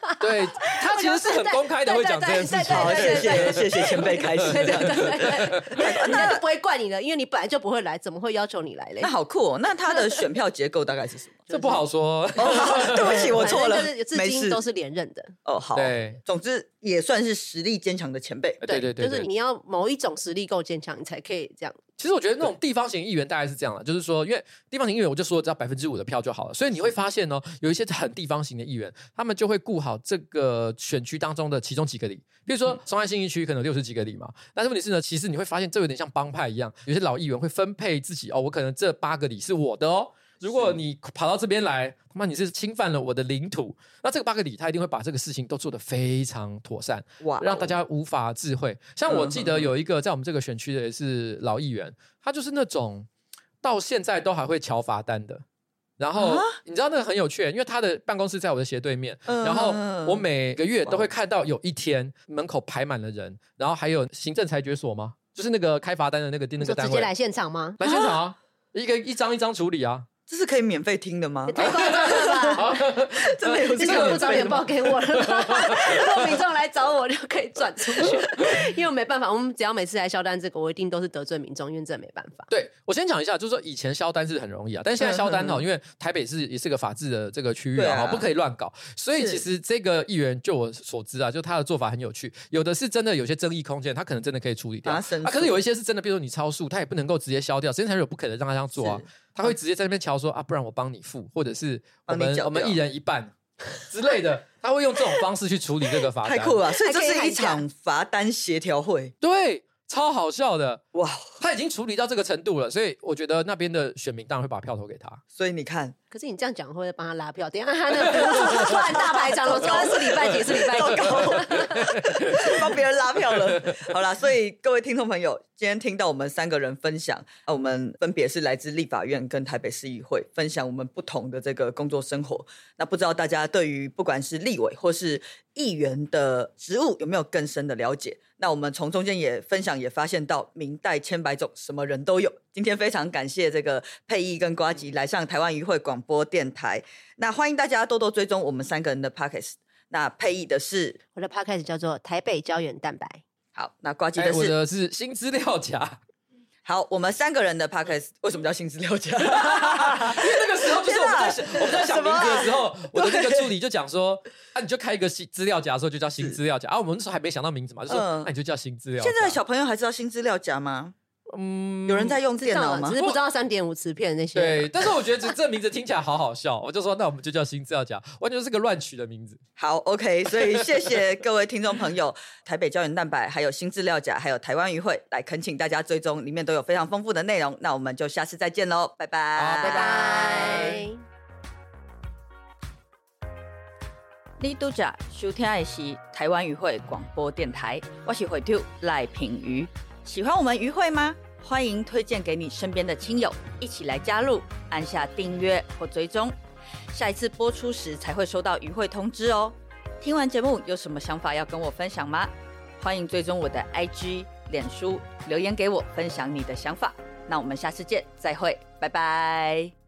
对，他其实是很公开的会讲这件事情。
好，谢谢前辈开始这样子。
那就不会怪你了，因为你本来就不会来，怎么会要求你来嘞？
那好酷哦！那他的选票结构大概是什么？
这不好说。
对不起，我错了，
至今都是连任的。
哦，好，
对，
总之也算是实力坚强的前辈。
对，
就是你要某一种实力够坚强，你才可以这样。
其实我觉得那种地方型议员大概是这样了，就是说，因为地方型议员我就说只要5%的票就好了，所以你会发现有一些很地方型的议员，他们就会顾好这个选区当中的其中几个里，比如说松山信义区可能60几个里嘛，但是问题是呢，其实你会发现这有点像帮派一样，有些老议员会分配自己我可能这8个里是我的哦。如果你跑到这边来，他妈你是侵犯了我的领土，那这个8个里他一定会把这个事情都做得非常妥善，让大家无法智慧。像我记得有一个在我们这个选区的也是老议员，他就是那种到现在都还会敲罚单的。然后你知道那个很有趣，因为他的办公室在我的斜对面，然后我每个月都会看到有一天门口排满了人，然后还有行政裁决所吗？就是那个开罚单的那个单位，
直接来现场吗？
来现场啊，一张一张处理啊。
这是可以免费听的吗？
太夸张了吧！
真的有这个？
不早点报给我了吗？如果民众来找我就可以转出去，因为我没办法，我们只要每次来销单这个，我一定都是得罪民众，因为这没办法。
对，我先讲一下，就是说以前销单是很容易啊，但是现在销单因为台北市也是个法治的这个区域不可以乱搞，所以其实这个议员就我所知就他的做法很有趣，有的是真的有些争议空间，他可能真的可以处理掉可是有一些是真的，比如说你超速，他也不能够直接销掉，时间裁决不可能让他这样做他会直接在那边瞧说不然我帮你付，或者是我们一人一半之类的，他会用这种方式去处理这个罚单。
太酷了，所以这是一场罚单协调会。
对，超好笑的
哇！
他已经处理到这个程度了，所以我觉得那边的选民当然会把票投给他。
所以你看，
可是你这样讲会帮他拉票，等一下他那个突然大排长龙，说是礼拜几是礼拜几，
帮别人拉票了。好啦，所以各位听众朋友，今天听到我们3个人分享我们分别是来自立法院跟台北市议会，分享我们不同的这个工作生活。那不知道大家对于不管是立委或是议员的职务有没有更深的了解？那我们从中间也分享，也发现到明代千百种，什么人都有。今天非常感谢这个佩义跟呱吉来上台湾渔会广播电台。那欢迎大家多多追踪我们3个人的 podcast。那佩义的是
我的 podcast 叫做台北胶原蛋白。
好，那呱吉的是
我的是新资料夹。
好，我们3个人的 podcast 为什么叫新资料夹？因为
那个时候就是我们在想名字的时候，我的那个助理就讲说你就开一个资料夹的时候就叫新资料夹我们那时候还没想到名字嘛，就说那你就叫新资料夹。
现在的小朋友还知道新资料夹吗？有人在用电脑吗？
只是不知道3.5磁片那些。
对，但是我觉得这名字听起来好好笑，我就说那我们就叫新资料夹，完全是个乱取的名字。
好 OK， 所以谢谢各位听众朋友，台北胶原蛋白还有新资料夹还有台湾渔会来恳请大家追踪，里面都有非常丰富的内容。那我们就下次再见咯，拜拜。
好，拜拜。
你拄则收听的是台湾渔会广播电台，我是会长赖品妤。喜欢我们渔会吗？欢迎推荐给你身边的亲友，一起来加入，按下订阅或追踪，下一次播出时才会收到渔会通知哦。听完节目有什么想法要跟我分享吗？欢迎追踪我的 IG、脸书，留言给我分享你的想法。那我们下次见，再会，拜拜。